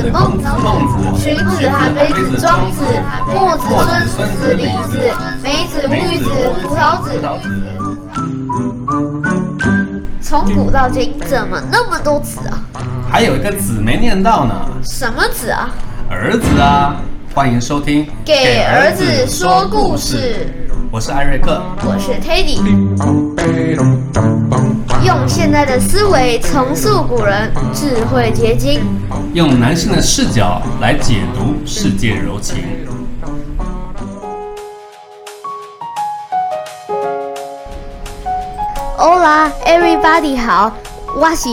子、孟子、荀子、韩非子、庄子、墨子、孙子、李子、梅子、绿子、葡萄子。从古到今，怎么那么多子啊？ 还有一个子没念到呢。 什么子啊？ 儿子啊！欢迎收听《 给儿子说故事》。 我是艾瑞克， 我是 Teddy。用现代的思维重塑古人智慧结晶， 用男性的视角来解读世界柔情。 Hola, everybody 好，我是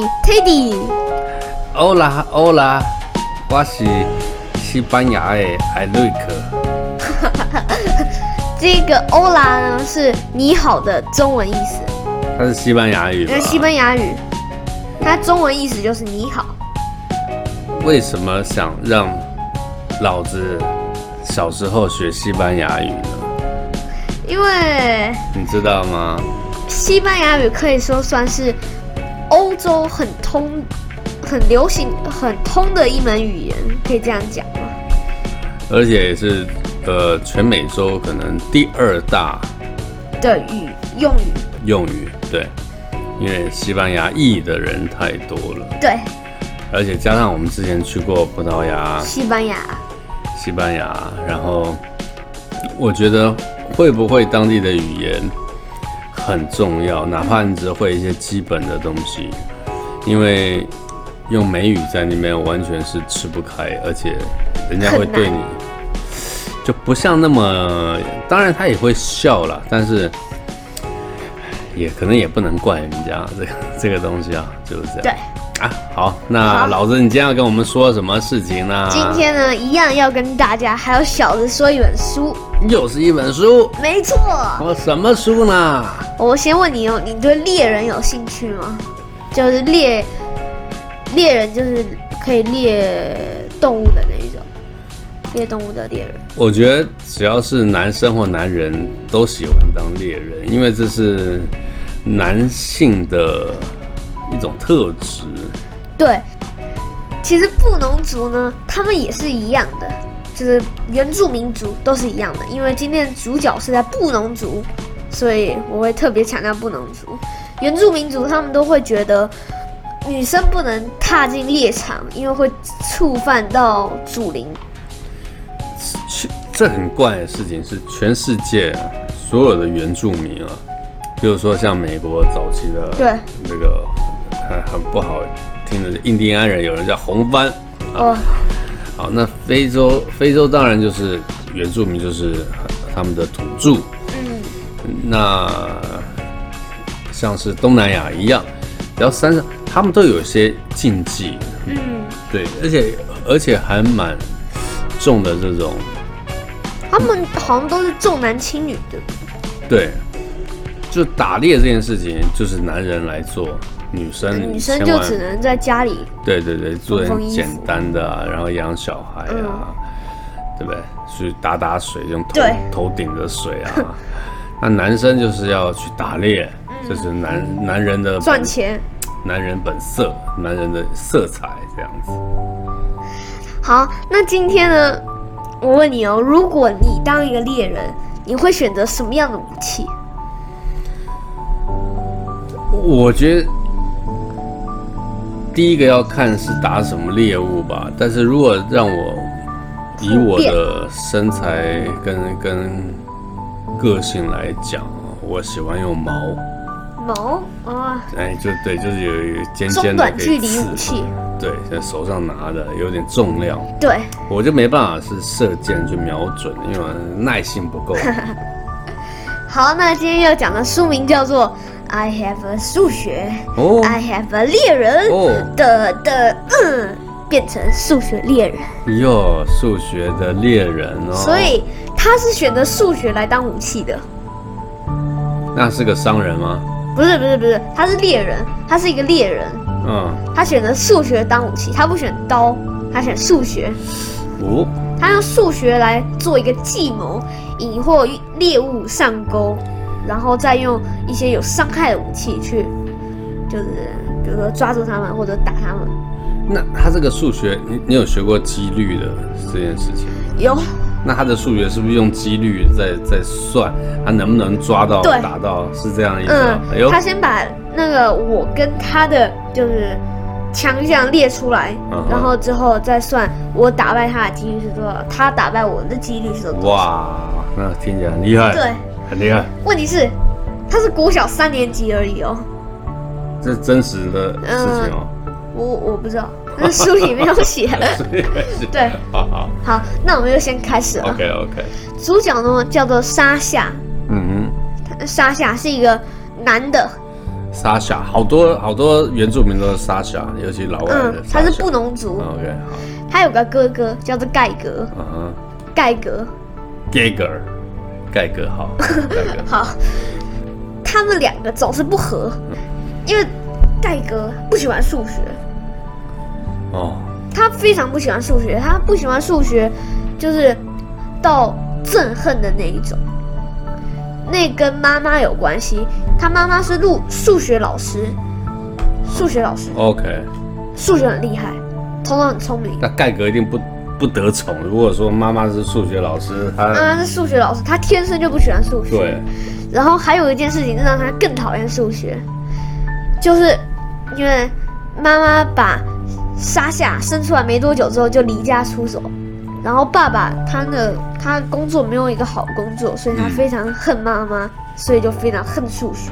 Teddy。Hola， 我是西班牙的艾瑞克。 这个 Hola 呢是你好的中文意思， 它是西班牙语吧？ 西班牙语，它中文意思就是你好。 为什么想让老子小时候学西班牙语呢？ 因为你知道吗？ 西班牙语可以说算是欧洲很流行、很通的一门语言，可以这样讲吗？ 而且也是全美洲可能第2大的用语， 对，因为西班牙裔的人太多了， 对， 而且加上我们之前去过葡萄牙、 西班牙， 然后我觉得会不会当地的语言很重要，哪怕你只会一些基本的东西，因为用美语在那边完全是吃不开，而且人家会对你就不像那么，当然他也会笑啦，但是也可能也不能怪人家这个东西啊，就是这样。 对啊，好，那老子你今天要跟我们说什么事情呢？ 今天呢，一样要跟大家还有小子说一本书， 又是一本书。 没错。 什么书呢？ 我先问你哦，你对猎人有兴趣吗？就是猎人，就是可以猎动物的那一种，猎动物的猎人。 我觉得只要是男生或男人都喜欢当猎人，因为这是男性的一种特质。 对，其实布农族呢，他们也是一样的，就是原住民族都是一样的。因为今天的主角是在布农族，所以我会特别强调布农族。原住民族他们都会觉得女生不能踏进猎场，因为会触犯到祖灵。 这很怪的事情是，全世界所有的原住民啊，比如说像美国早期的那个很不好听的印第安人，有人叫红番啊。好，那非洲当然就是原住民，就是他们的土著。那像是东南亚一样，只要山上他们都有一些禁忌。对，而且还蛮重的这种。 他们好像都是重男轻女的。 对，就打猎这件事情，就是男人来做，女生就只能在家里。 对，做点简单的啊，然后养小孩啊，对不对？去打水，用头顶着水啊。那男生就是要去打猎，这是男人的赚钱， 男人本色，男人的色彩这样子。 好，那今天呢？我问你哦，如果你当一个猎人，你会选择什么样的武器？ 我觉得第一个要看是打什么猎物吧。但是如果让我以我的身材跟个性来讲，我喜欢用矛啊。就是有一个尖尖的中短距离武器。 对，在手上拿的有点重量， 对， 我就没办法是射箭去瞄准，因为我耐性不够。 好，那今天要讲的书名叫做《I have a 数学》，I have a 猎人变成数学猎人。 哟，数学的猎人哦。 所以他是选择数学来当武器的。 那是个商人吗？ 不是，他是猎人，他是一个猎人。他选择数学当武器，他不选刀，他选数学。他用数学来做一个计谋，引获猎物上钩，然后再用一些有伤害的武器去，就是比如说抓住他们或者打他们。 那他这个数学，你有学过几率的这件事情？ 有。 那他的数学是不是用几率在算，他能不能抓到打到，是这样的意思吗？ 他先把那个我跟他的就是强项列出来，然后之后再算我打败他的几率是多少，他打败我的几率是多少。 哇，那听起来很厉害。 对， 很厉害。 问题是，他是国小3年级而已哦。 这是真实的事情哦。 我不知道，那书里没有写。对，好，那我们就先开始了。 OK。 主角呢叫做沙夏。沙夏是一个男的。 沙夏，好多原住民都是沙夏，尤其老外的。 他是布农族。 OK， 好。 他有个哥哥叫做盖格。盖格。盖格好。好。他们两个总是不合，因为盖格不喜欢数学。他非常不喜欢数学，他不喜欢数学，就是到憎恨的那一种。那跟妈妈有关系，他妈妈是数学老师。 OK。 数学很厉害，头脑很聪明。 那盖格一定不得宠。如果说妈妈是数学老师，他是数学老师，他天生就不喜欢数学。 对。 然后还有一件事情让他更讨厌数学，就是因为妈妈把沙夏生出来没多久之后就离家出走，然后爸爸他工作没有一个好工作，所以他非常恨妈妈，所以就非常恨数学。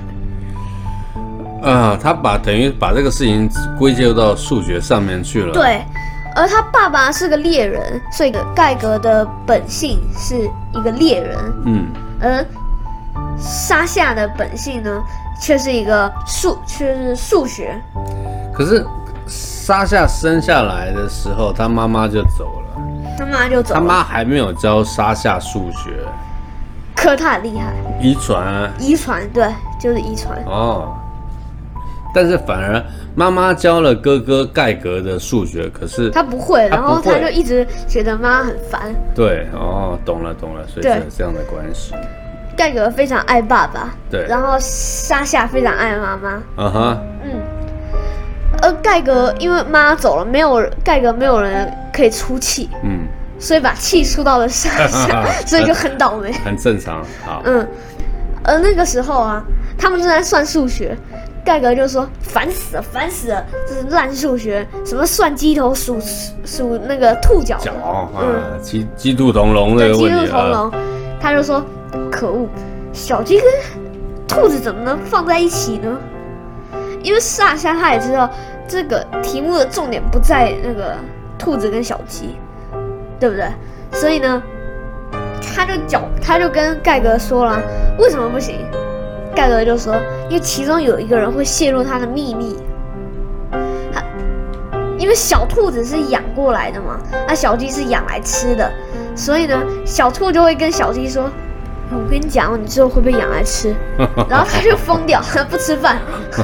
他等于把这个事情归咎到数学上面去了。 对，而他爸爸是个猎人，所以盖格的本性是一个猎人。而沙夏的本性呢，却是一个数学。 可是沙夏生下来的时候，他妈妈就走了。他妈还没有教沙夏数学。 可他很厉害。 遗传啊。 遗传，对，就是遗传。 但是反而妈妈教了哥哥盖格的数学，可是他不会，然后他就一直觉得妈很烦。 对，懂了，所以是这样的关系。 盖格非常爱爸爸， 对， 然后沙夏非常爱妈妈。而盖格因为妈走了，盖格没有人可以出气，所以把气出到了沙夏，所以就很倒霉。 很正常。好。 而那个时候啊，他们正在算数学。盖格就说：“烦死了，这是烂数学，什么算鸡头数那个兔脚的。” 鸡兔同笼这个问题。 鸡兔同笼，他就说：“可恶，小鸡跟兔子怎么能放在一起呢？”因为沙夏他也知道这个题目的重点不在那个兔子跟小鸡，对不对？所以呢，他就跟盖格说了，为什么不行？盖格就说，因为其中有一个人会泄露他的秘密。因为小兔子是养过来的嘛，那小鸡是养来吃的，所以呢，小兔就会跟小鸡说：“我跟你讲，你之后会被养来吃。”然后他就疯掉，不吃饭。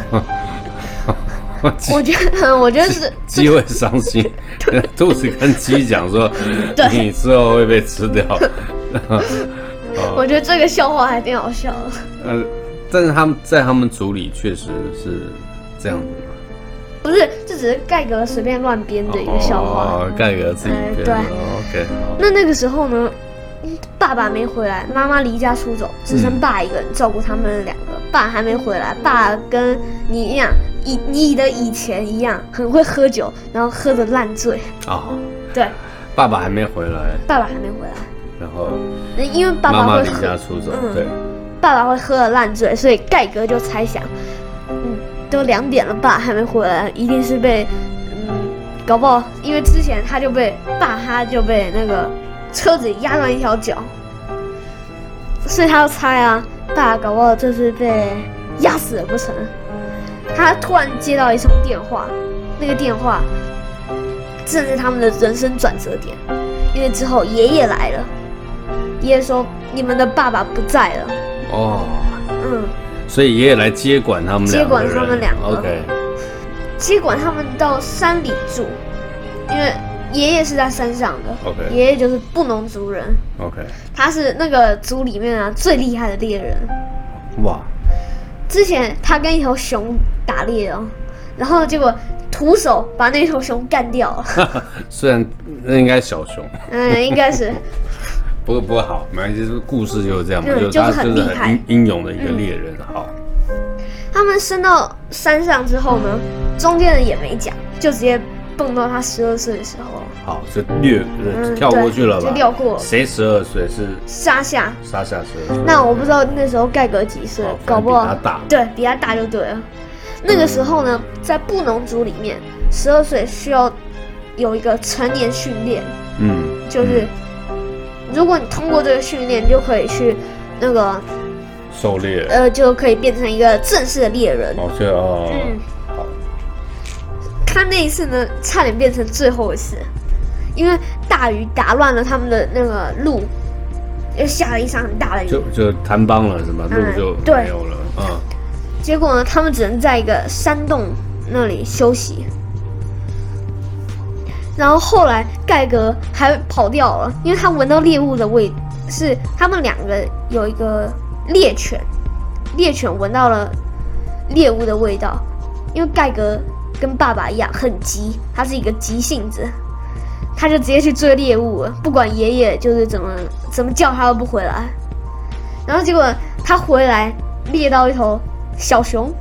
我觉得是鸡会伤心，兔子跟鸡讲说：“你之后会被吃掉。” 我觉得这个笑话还挺好笑的。 但是在他们组里确实是这样子吗？ 不是，这只是盖格随便乱编的一个笑话。 盖格自己编的。 对。 OK。 那个时候呢，爸爸没回来，妈妈离家出走，只剩爸一个人照顾他们两个。爸还没回来，爸跟你一样，你的以前一样，很会喝酒，然后喝得烂醉。对。 爸爸还没回来。然后。 因为爸爸会离家出走，对。 爸爸会喝得烂醉，所以盖格就猜想，都2点了，爸还没回来，一定是被，搞不好，因为之前他就被那个车子压断一条脚，所以他要猜啊，爸搞不好这是被压死了不成？他突然接到一通电话，那个电话正是他们的人生转折点，因为之后爷爷来了，爷爷说你们的爸爸不在了。 所以爷爷来接管他们两个。OK。 接管他们到山里住，因为爷爷是在山上的。 OK。 爷爷就是布农族人。 OK。 他是那个族里面啊最厉害的猎人。 哇！ 之前他跟一头熊打猎哦， 然后结果徒手把那头熊干掉了。 虽然那应该小熊， 应该是。 不过好，没关系，故事就是这样嘛， 就是他很厉害、 英勇的一个猎人。好， 他们升到山上之后呢，中间人也没讲，就直接蹦到他12岁的时候。 好，就跳过去了吧？ 就跳过了。 谁12岁是？ 沙夏 12岁。 那我不知道那时候盖格几岁，搞不好比他大。 对比他大就对了。那个时候呢，在布农族里面，12岁需要有一个成年训练。就是。如果你通过这个训练，就可以去那个狩猎， 就可以变成一个正式的猎人。 好。 他那一次呢，差点变成最后一次，因为大雨打乱了他们的那个路，又下了一场很大的雨， 就坍崩了，是吗？路就没有了。 结果呢，他们只能在一个山洞那里休息。然后后来盖格还跑掉了，因为他闻到猎物的味，是他们2个有一个猎犬闻到了猎物的味道，因为盖格跟爸爸一样很急，他是一个急性子，他就直接去追猎物了，不管爷爷就是怎么叫他都不回来。然后结果他回来猎到一头小熊。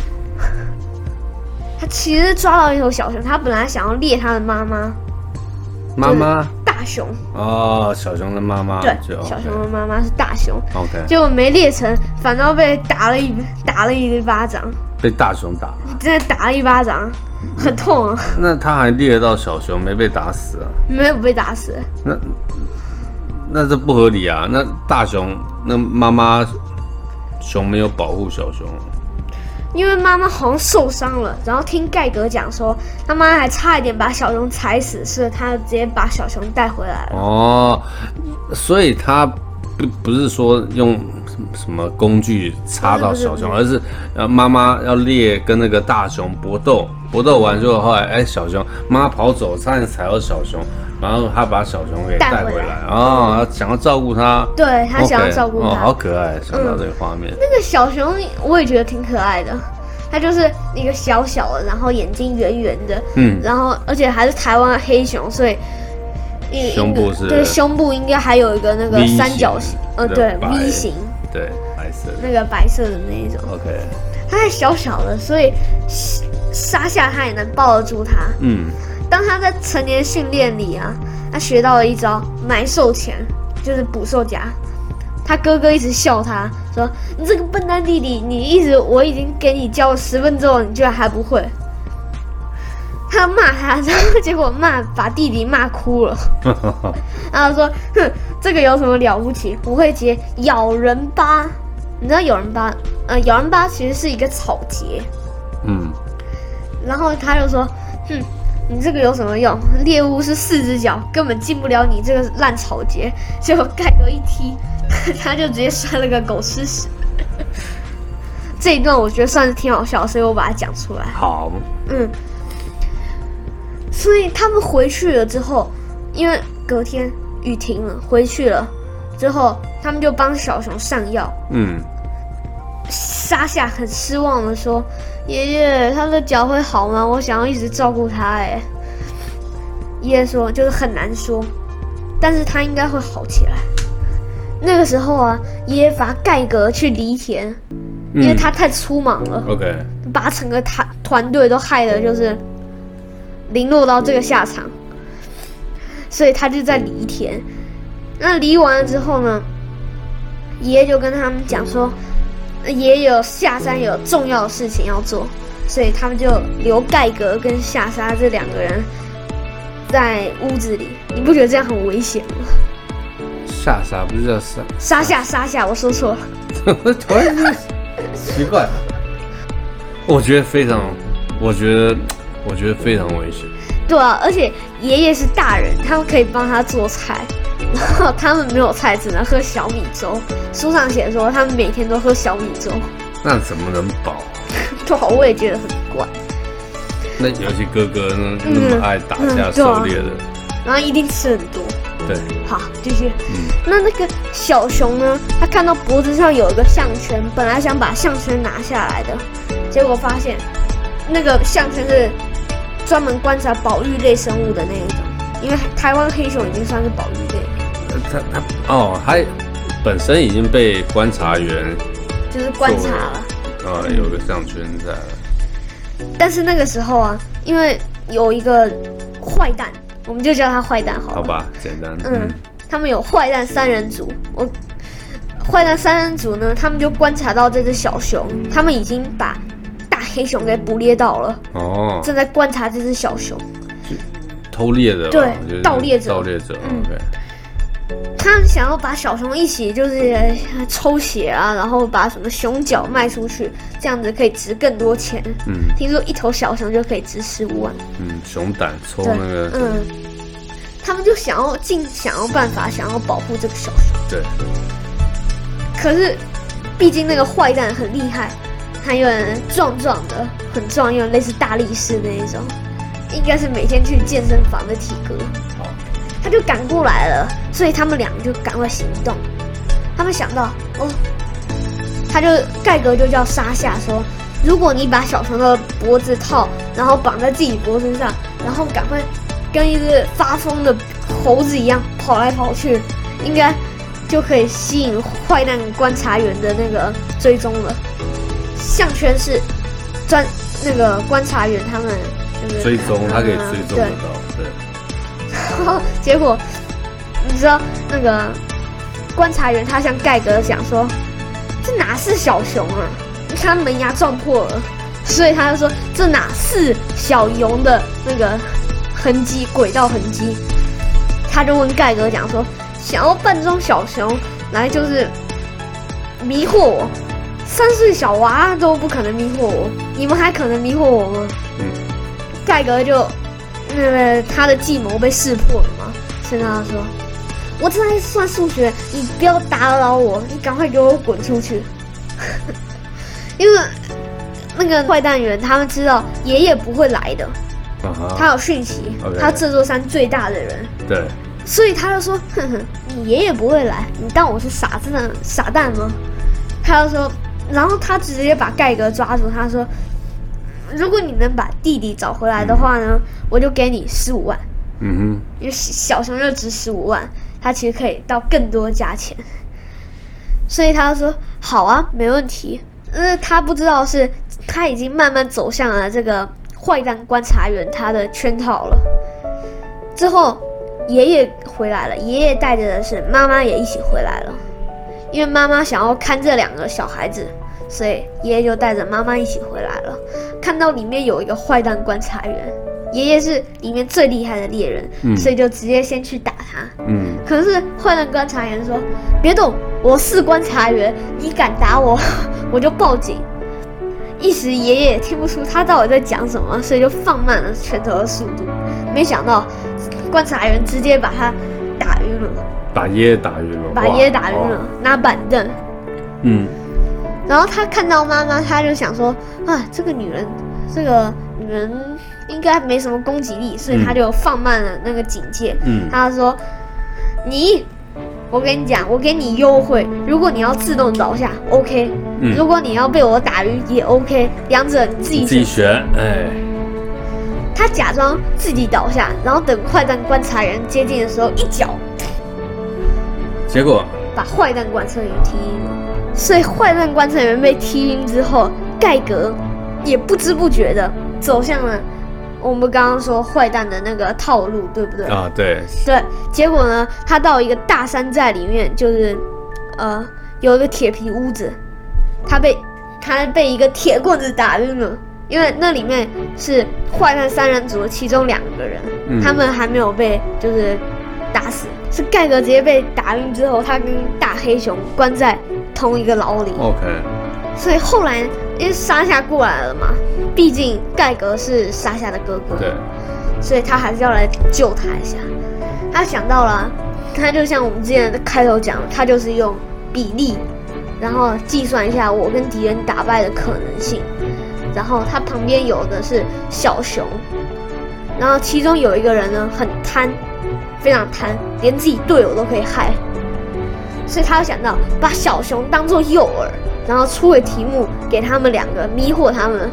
他其实抓到一头小熊，他本来想要猎他的妈妈，大熊小熊的妈妈， 对，小熊的妈妈是大熊。 OK， 结果没猎成，反倒被打了一巴掌， 被大熊打， 真的打了一巴掌，很痛啊。 那他还猎到小熊，没被打死啊？ 没有被打死。 那这不合理啊！那大熊，那妈妈熊没有保护小熊。 因为妈妈好像受伤了，然后听盖格讲说，他妈还差一点把小熊踩死，是他直接把小熊带回来了。 所以他不是说用什么工具插到小熊，而是妈妈要猎跟那个大熊搏斗完之后，后来小熊妈跑走，差点踩到小熊，然后他把小熊给带回来想要照顾他， 对他想要照顾他， 好可爱，想到这个画面。 那个小熊我也觉得挺可爱的，它就是一个小小的，然后眼睛圆圆的，然后而且还是台湾的黑熊，所以胸部是对，胸部应该还有一个那个三角形，对 V 型， 对，白色的那个白色的那一种。 OK， 它还小小的，所以沙夏他也能抱得住它。当他在成年训练里啊，他学到了一招埋兽钳，就是捕兽夹。他哥哥一直笑他说：“你这个笨蛋弟弟，我已经给你教了10分钟了，你居然还不会。”他骂他，然后结果把弟弟骂哭了。然后说：“哼，这个有什么了不起？不会结咬人疤。你知道咬人疤？咬人疤其实是一个草节。然后他就说：哼，你这个有什么用？猎物是4只脚，根本进不了你这个烂草节。结果盖格一踢，他就直接摔了个狗吃屎。这一段我觉得算是挺好笑，所以我把它讲出来。 好， 所以他们回去了之后，因为隔天雨停了，回去了之后，他们就帮小熊上药。沙夏很失望的说：“爷爷，他的脚会好吗？我想要一直照顾他。”爷爷说：“就是很难说，但是他应该会好起来。”那个时候啊，爷爷罚盖格去犁田，因为他太粗莽了。 OK， 把整个团队都害得就是零落到这个下场，所以他就在犁田。那犁完了之后呢，爷爷就跟他们讲说，爷爷下山有重要的事情要做，所以他们就留盖格跟夏莎这2个人在屋子里。你不觉得这样很危险吗？ 夏莎不是叫沙夏，我说错了。 突然奇怪，我觉得非常危险。 对啊，而且爷爷是大人，他们可以帮他做菜，然后他们没有菜，只能喝小米粥。书上写说他们每天都喝小米粥， 那怎么能饱？ 对啊，我也觉得很怪。 那尤其哥哥那么爱打架狩猎的， 然后一定吃很多。 对， 好，继续。那个小熊呢？他看到脖子上有一个项圈，本来想把项圈拿下来的，结果发现那个项圈是专门观察保育类生物的那一种，因为台湾黑熊已经算是保育类了。 它本身已经被观察员就是观察了， 有个项圈在了。 但是那个时候啊，因为有一个坏蛋，我们就叫他坏蛋好了。 好吧，简单。 他们有坏蛋三人组，坏蛋三人组呢，他们就观察到这只小熊，他们已经把大黑熊给捕猎到了。正在观察这只小熊。 偷猎的， 对，盗猎者。 OK。 他想要把小熊一起就是抽血啊，然后把什么熊角卖出去，这样子可以值更多钱。听说一头小熊就可以值15万。 熊胆抽那个。 他们就想要办法，想要保护这个小熊。 对。 可是，毕竟那个坏蛋很厉害，他有点壮的，很壮，有点类似大力士那一种，应该是每天去健身房的体格。他就赶过来了，所以他们两个就赶快行动。他们想到，盖格就叫沙夏说，如果你把小熊的脖子套，然后绑在自己脖子上，然后赶快跟一只发疯的猴子一样跑来跑去，应该就可以吸引坏蛋观察员的那个追踪了。项圈是那个观察员他们追踪，他可以追踪得到，对。 然后结果，你知道那个观察员他向盖格讲说，这哪是小熊啊？你看门牙撞破了，所以他就说这哪是小熊的那个痕迹，轨道痕迹。他就问盖格讲说，想要扮装小熊来就是迷惑我，3岁小娃都不可能迷惑我，你们还可能迷惑我吗？盖格就。他的计谋被识破了嘛？所以他说：“我正在算数学，你不要打扰我，你赶快给我滚出去。”因为那个坏蛋员他们知道爷爷不会来的，他有讯息，他这座山最大的人， 对， 所以他就说：“你爷爷不会来，你当我是傻蛋吗？”他就说，然后他直接把盖格抓住，他说。如果你能把弟弟找回来的话呢，我就给你15万。因为小熊就值15万，他其实可以到更多价钱。所以他就说好啊，没问题。他不知道是他已经慢慢走向了这个坏蛋观察员他的圈套了。之后爷爷回来了，爷爷带着的是妈妈也一起回来了，因为妈妈想要看这2个小孩子。所以爷爷就带着妈妈一起回来了，看到里面有一个坏蛋观察员，爷爷是里面最厉害的猎人，所以就直接先去打他。可是坏蛋观察员说：“别动，我是观察员，你敢打我，我就报警。”一时爷爷也听不出他到底在讲什么，所以就放慢了拳头的速度。没想到观察员直接把他打晕了， 把爷爷打晕了， 把爷爷打晕了，拿板凳。然后他看到妈妈，他就想说这个女人应该没什么攻击力，所以他就放慢了那个警戒。他说：“我跟你讲，我给你优惠，如果你要自动倒下 ，OK；如果你要被我打晕也 OK， 两者你自己选。”他假装自己倒下，然后等坏蛋观察员接近的时候，一脚， 结果把坏蛋观察员踢晕了。所以坏蛋观察员被踢晕之后，盖格也不知不觉的走向了我们刚刚说坏蛋的那个套路，对不对？ 对。 结果呢，他到一个大山寨里面，就是有一个铁皮屋子，他被一个铁棍子打晕了，因为那里面是坏蛋3人组的其中2个人，他们还没有被就是打死。是盖格直接被打晕之后，他跟大黑熊关在同一个牢里。所以后来因为沙夏过来了嘛，毕竟盖格是沙夏的哥哥， 对， 所以他还是要来救他一下。他想到了，他就像我们之前的开头讲，他就是用比例，然后计算一下我跟敌人打败的可能性。然后他旁边有的是小熊，然后其中有一个人呢很贪。非常贪，连自己队友都可以害，所以他想到把小熊当作诱饵，然后出个题目给他们2个迷惑他们，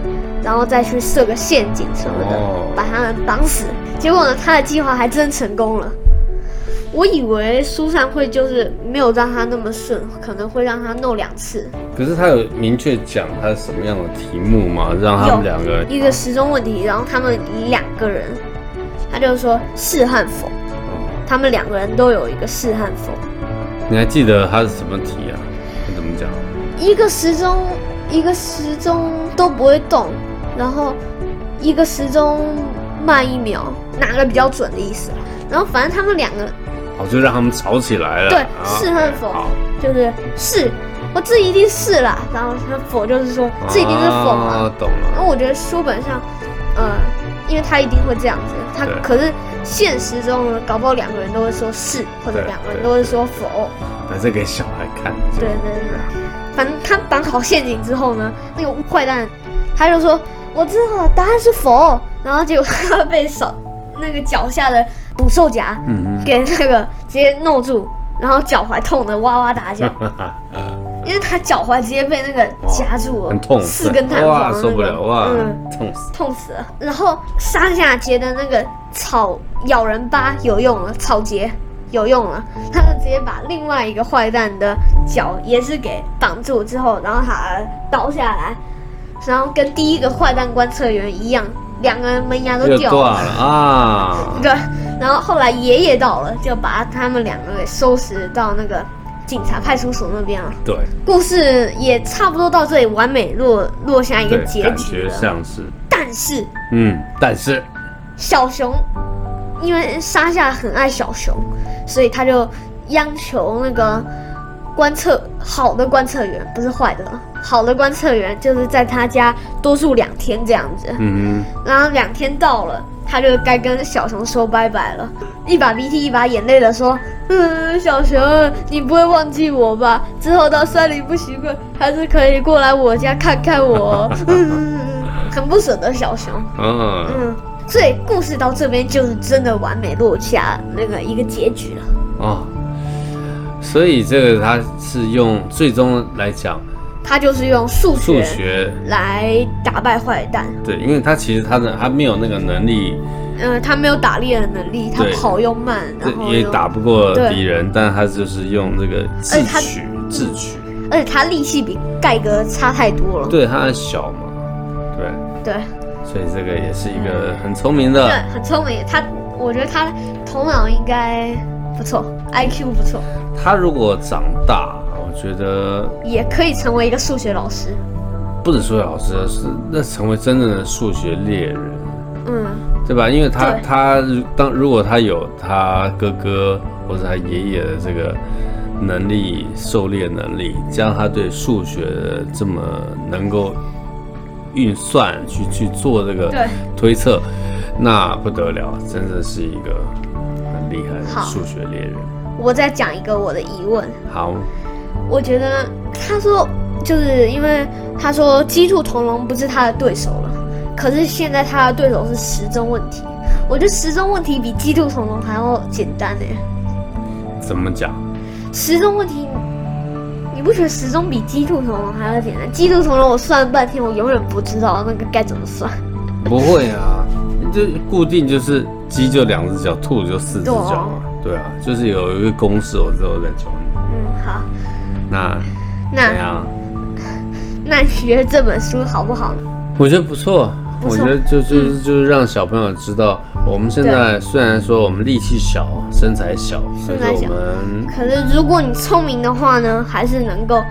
然后再去设个陷阱什么的，把他们绑死。结果呢，他的计划还真成功了。我以为书上会就是没有让他那么顺，可能会让他弄2次。 可是他有明确讲他是什么样的题目吗？让他们两个一个时钟问题，然后他们2个人，他就说是和否，他们2个人都有一个是和否。 你还记得他是什么题啊？他怎么讲？ 一个时钟都不会动，然后一个时钟慢1秒，哪个比较准的意思。然后反正他们2个。 就让他们吵起来了。 对，是和否，就是是，我这一定是啦。然后否就是说这一定是否嘛。 懂了。 然后我觉得书本上，因为他一定会这样子，他可是现实中呢，搞不好2个人都会说是，或者2个人都会说否。 那这给小孩看。 对。反正他绑好陷阱之后呢，那个坏蛋他就说我知道了，答案是否。然后结果他被那个脚下的捕兽夹给那个直接弄住，然后脚踝痛得哇哇大叫，因为他脚踝直接被那个夹住了， 很痛 ，4根弹簧， 受不了，哇， 痛死了。然后沙夏结的那个草咬人疤有用了，草结有用了，他就直接把另外一个坏蛋的脚也是给绑住之后，然后他倒下来，然后跟第一个坏蛋观测员一样。2个人门牙都掉了啊！ 对，然后后来爷爷到了，就把他们2个给收拾到那个警察派出所那边了。 对， 故事也差不多到这里完美落下一个结局了。 感觉像是， 但是小熊，因为沙夏很爱小熊，所以他就央求那个好的观测员，不是坏的，好的观测员就是在他家多住2天这样子。然后2天到了，他就该跟小熊说拜拜了，一把鼻涕一把眼泪的说：“小熊，你不会忘记我吧？之后到山里不习惯，还是可以过来我家看看我。”很不舍得小熊。所以故事到这边就是真的完美落下那个一个结局了。 所以这个他是用最终来讲， 他就是用数学来打败坏蛋。 对，因为他其实他没有那个能力， 他没有打猎的能力，他跑又慢，然后也打不过敌人，但他就是用这个智取，而且他力气比盖哥差太多了。对，他小嘛，对，所以这个也是一个很聪明的， 对，很聪明。我觉得他头脑应该不错 ，IQ 不错。 他如果长大，我觉得也可以成为一个数学老师。 不止数学老师，那成为真正的数学猎人。对吧？因为如果他有他哥哥或者他爷爷的这个能力，狩猎能力，加上他对数学的这么能够运算去做这个推测，那不得了，真的是一个很厉害的数学猎人。 我再讲一个我的疑问。 好， 我觉得他说就是因为他说鸡兔同笼不是他的对手了，可是现在他的对手是时钟问题。我觉得时钟问题比鸡兔同笼还要简单耶。 怎么讲？ 时钟问题，你不觉得时钟比鸡兔同笼还要简单？鸡兔同笼我算了半天，我永远不知道那个该怎么算。 不会啊，就固定就是鸡就2只脚，兔就4只脚嘛。对啊，就是有一个公式，我之后再教你。 好。 那怎样？ 那你觉得这本书好不好呢？ 我觉得不错。我觉得就是让小朋友知道，我们现在虽然说我们力气小，身材小，可是如果你聪明的话呢，还是能够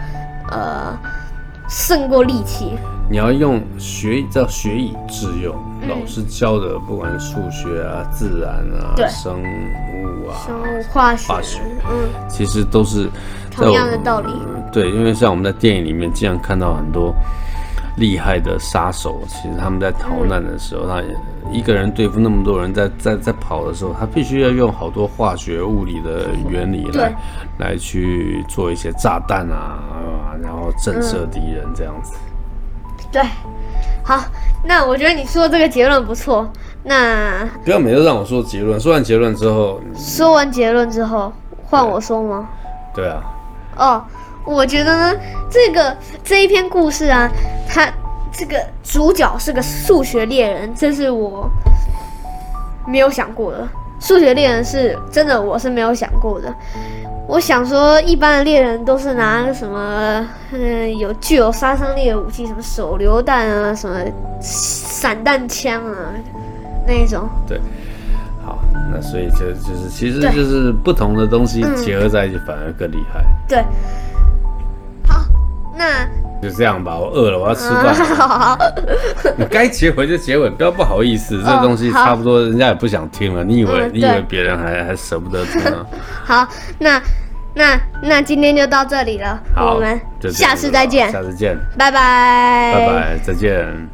胜过力气。 你要用学以致用，老师教的，不管是数学啊、自然啊、生物化学，其实都是同样的道理。 对，因为像我们在电影里面经常看到很多厉害的杀手，其实他们在逃难的时候，他一个人对付那么多人在跑的时候，他必须要用好多化学物理的原理来去做一些炸弹啊，然后震慑敌人这样子。 对，好，那我觉得你说这个结论不错。那不要每次让我说结论，说完结论之后换我说吗？对啊。 我觉得呢，这一篇故事啊，它这个主角是个数学猎人，这是我没有想过的。数学猎人是真的，我是没有想过的。我想说，一般的猎人都是拿什么，具有杀伤力的武器，什么手榴弹啊，什么散弹枪啊，那一种。 对，好，那所以其实就是不同的东西结合在一起，反而更厉害。 对，好，那就这样吧，我饿了，我要吃饭。 好， 你该结尾就结尾，不要不好意思，这个东西差不多，人家也不想听了。你以为别人还舍不得听呢？ 好，那今天就到这里了，我们下次再见， 下次见， 拜拜， 拜拜，再见。